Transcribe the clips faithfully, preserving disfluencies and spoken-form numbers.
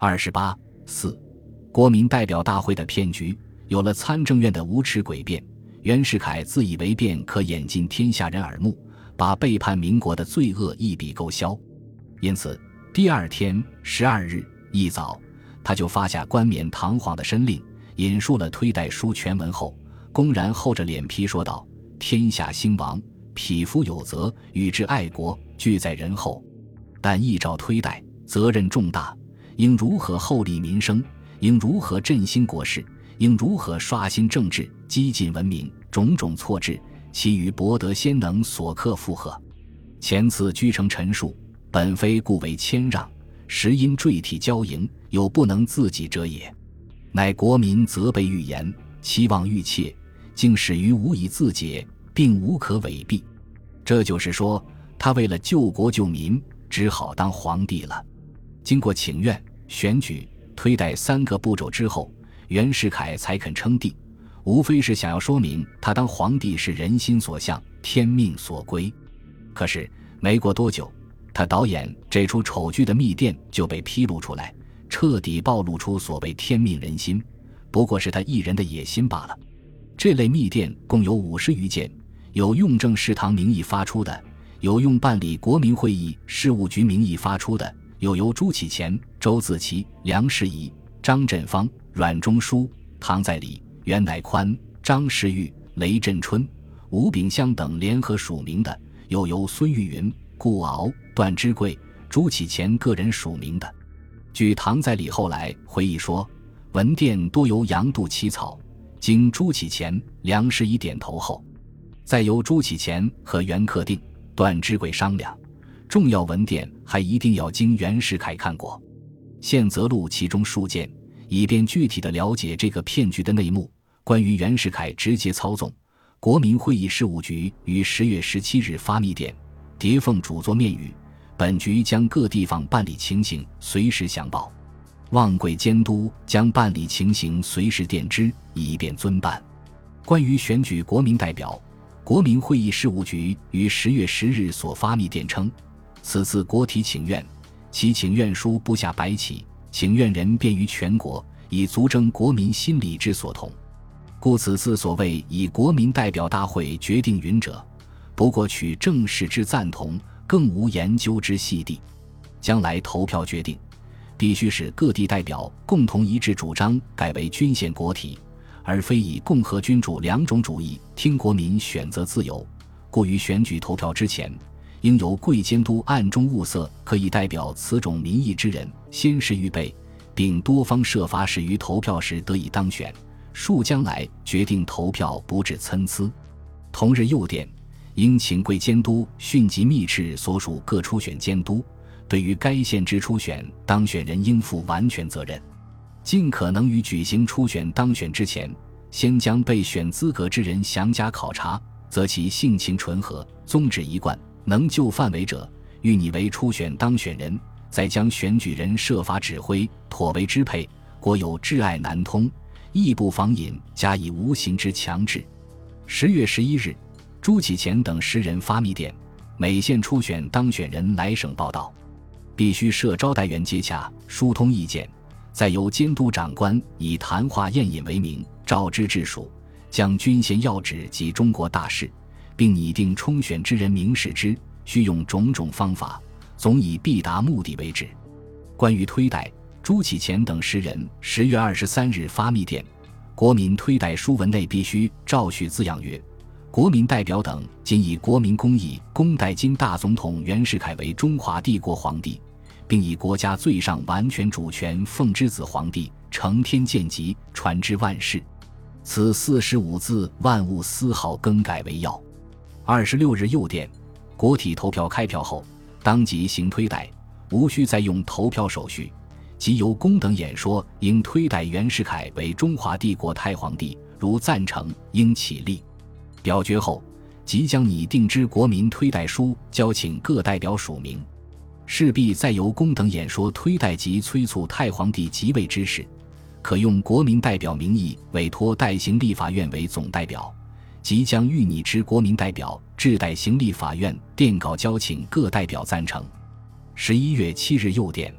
二十八四国民代表大会的骗局。有了参政院的无耻诡辩，袁世凯自以为便可演进天下人耳目，把背叛民国的罪恶一笔勾销。因此第二天十二日一早，他就发下冠冕堂皇的申令，引述了推戴书全文后，公然厚着脸皮说道：天下兴亡，匹夫有责，与之爱国，俱在人后。但依照推戴，责任重大，应如何厚利民生，应如何振兴国事，应如何刷新政治，激进文明，种种错置，其余博得先能所克附和。前次居成陈述，本非故为谦让，实因坠体交迎，有不能自己者也。乃国民责备欲言，期望欲切，竟始于无以自解，并无可违避。这就是说，他为了救国救民，只好当皇帝了。经过请愿、选举、推戴三个步骤之后，袁世凯才肯称帝，无非是想要说明他当皇帝是人心所向，天命所归。可是没过多久，他导演这出丑剧的密电就被披露出来，彻底暴露出所谓天命人心不过是他一人的野心罢了。这类密电共有五十余件，有用正式堂名义发出的，有用办理国民会议事务局名义发出的，有由朱启潜、周自齐、梁士仪、张振芳、阮中书、唐在礼、袁乃宽、张世玉、雷震春、吴秉湘等联合署名的，又由孙玉云、顾敖、段芝贵、朱启潜个人署名的。据唐在礼后来回忆说，文电多由杨度起草，经朱启潜、梁士仪点头后，再由朱启潜和袁克定、段芝贵商量，重要文电还一定要经袁世凯看过。现则录其中数件，以便具体地了解这个骗局的内幕。关于袁世凯直接操纵国民会议事务局于十月十七日发密电，叠凤主作面语，本局将各地方办理情形随时详报，望贵监督将办理情形随时电知，以便遵办。关于选举国民代表，国民会议事务局于十月十日所发密电称，此次国体请愿，其请愿书布下白旗，请愿人便于全国，以足征国民心理之所同。故此次所谓以国民代表大会决定云者，不过取正式之赞同，更无研究之细地。将来投票决定，必须使各地代表共同一致主张改为均宪国体，而非以共和君主两种主义听国民选择自由。故于选举投票之前，应由贵监督暗中物色可以代表此种民意之人，先是预备，并多方设法使于投票时得以当选，庶将来决定投票不致参差。同日又电，应请贵监督迅即密斥所属各初选监督，对于该县之初选当选人应负完全责任，尽可能于举行初选当选之前，先将被选资格之人详加考察，则其性情纯和，宗旨一贯，能就范围者，欲拟为初选当选人，再将选举人设法指挥，妥为支配。国有挚爱难通，亦不妨引加以无形之强制。十月十一日，朱启潜等十人发密电，每县初选当选人来省报道，必须设招待员接洽，疏通意见，再由监督长官以谈话宴饮为名，召之治属，将军衔要旨及中国大事，并拟定充选之人明示之，须用种种方法，总以必达目的为止。关于推戴，朱启潜等十人十月二十三日发密电，国民推戴书文内必须照序字样曰：国民代表等今以国民公义公代今大总统袁世凯为中华帝国皇帝，并以国家最上完全主权奉之子皇帝，承天见吉，传之万世。此四十五字万勿丝毫更改为要。二十六日又电，国体投票开票后，当即行推戴，无需再用投票手续，即由公等演说应推戴袁世凯为中华帝国太皇帝，如赞成，应起立。表决后，即将拟定之国民推戴书交请各代表署名，势必再由公等演说推戴及催促太皇帝即位之事，可用国民代表名义委托代行立法院为总代表，即将预拟之国民代表至代行立法院电稿交请各代表赞成。十一月七日又电，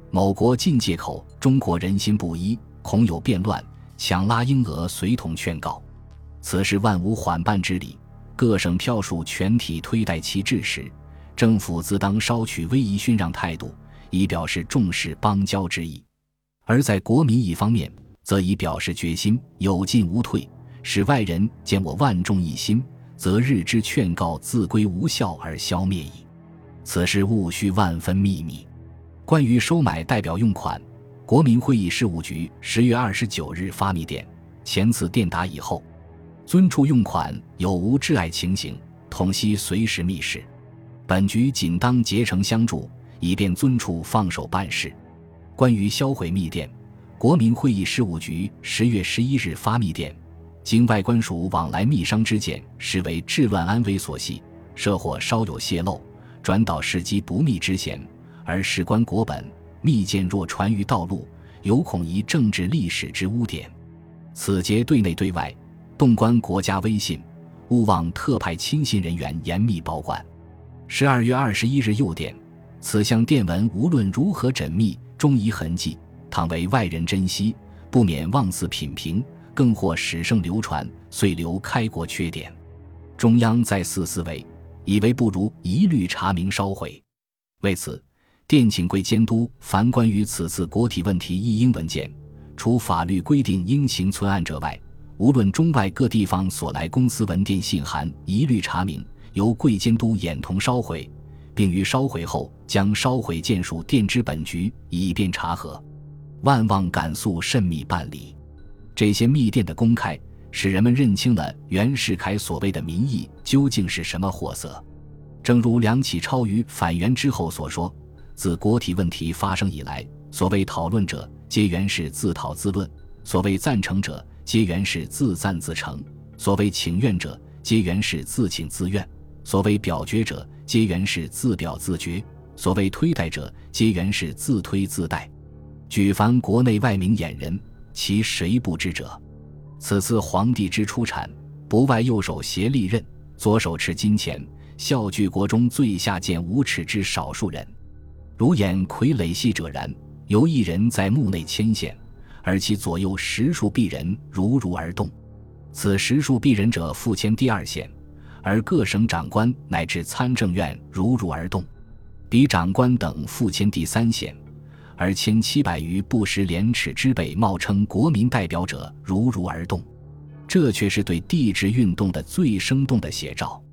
某国进借口中国人心不一，恐有变乱，强拉英俄随同劝告。此事万无缓办之理，各省票数全体推戴其制时，政府自当稍取威仪勋让态度，以表示重视邦交之意。而在国民一方面，则已表示决心，有进无退，使外人见我万众一心，则日之劝告自归无效而消灭矣。此事务须万分秘密。关于收买代表用款，国民会议事务局十月二十九日发密电，前次电答以后，尊处用款有无挚爱情形，统悉随时密示。本局仅当竭诚相助，以便尊处放手办事。关于销毁密电，国民会议事务局十月十一日发密电，经外官署往来密商之见，实为治乱安危所系，设或稍有泄漏，转导事机不密之嫌，而事关国本，密件若传于道路，有恐疑政治历史之污点。此节对内对外动观国家威信，勿忘特派亲信人员严密保管。十二月二十一日又电，此项电文无论如何缜密，终遗痕迹，倘为外人珍惜，不免妄自品评，更或史圣流传，遂留开国缺点。中央再四思维，以为不如一律查明烧毁。为此，电请贵监督凡关于此次国体问题议英文件，除法律规定应行存案者外，无论中外各地方所来公司文电信函，一律查明，由贵监督眼同烧毁，并于烧毁后将烧毁件数电知本局，以便查核。万望赶速慎密办理。这些密电的公开，使人们认清了袁世凯所谓的民意究竟是什么货色。正如梁启超于反袁之后所说，自国体问题发生以来，所谓讨论者皆原是自讨自论，所谓赞成者皆原是自赞自成，所谓请愿者皆原是自请自愿，所谓表决者皆原是自表自决，所谓推戴者皆原是自推自戴。举凡国内外明眼人，其谁不知者？此次皇帝之出产，不外右手携利刃，左手持金钱，效聚国中最下贱无耻之少数人。如眼傀儡系者然，由一人在幕内牵线，而其左右十数鄙人如如而动。此十数鄙人者复牵第二线，而各省长官乃至参政院如如而动。彼长官等复牵第三线，而千七百余不识廉耻之辈冒称国民代表者如如而动。这却是对帝制运动的最生动的写照。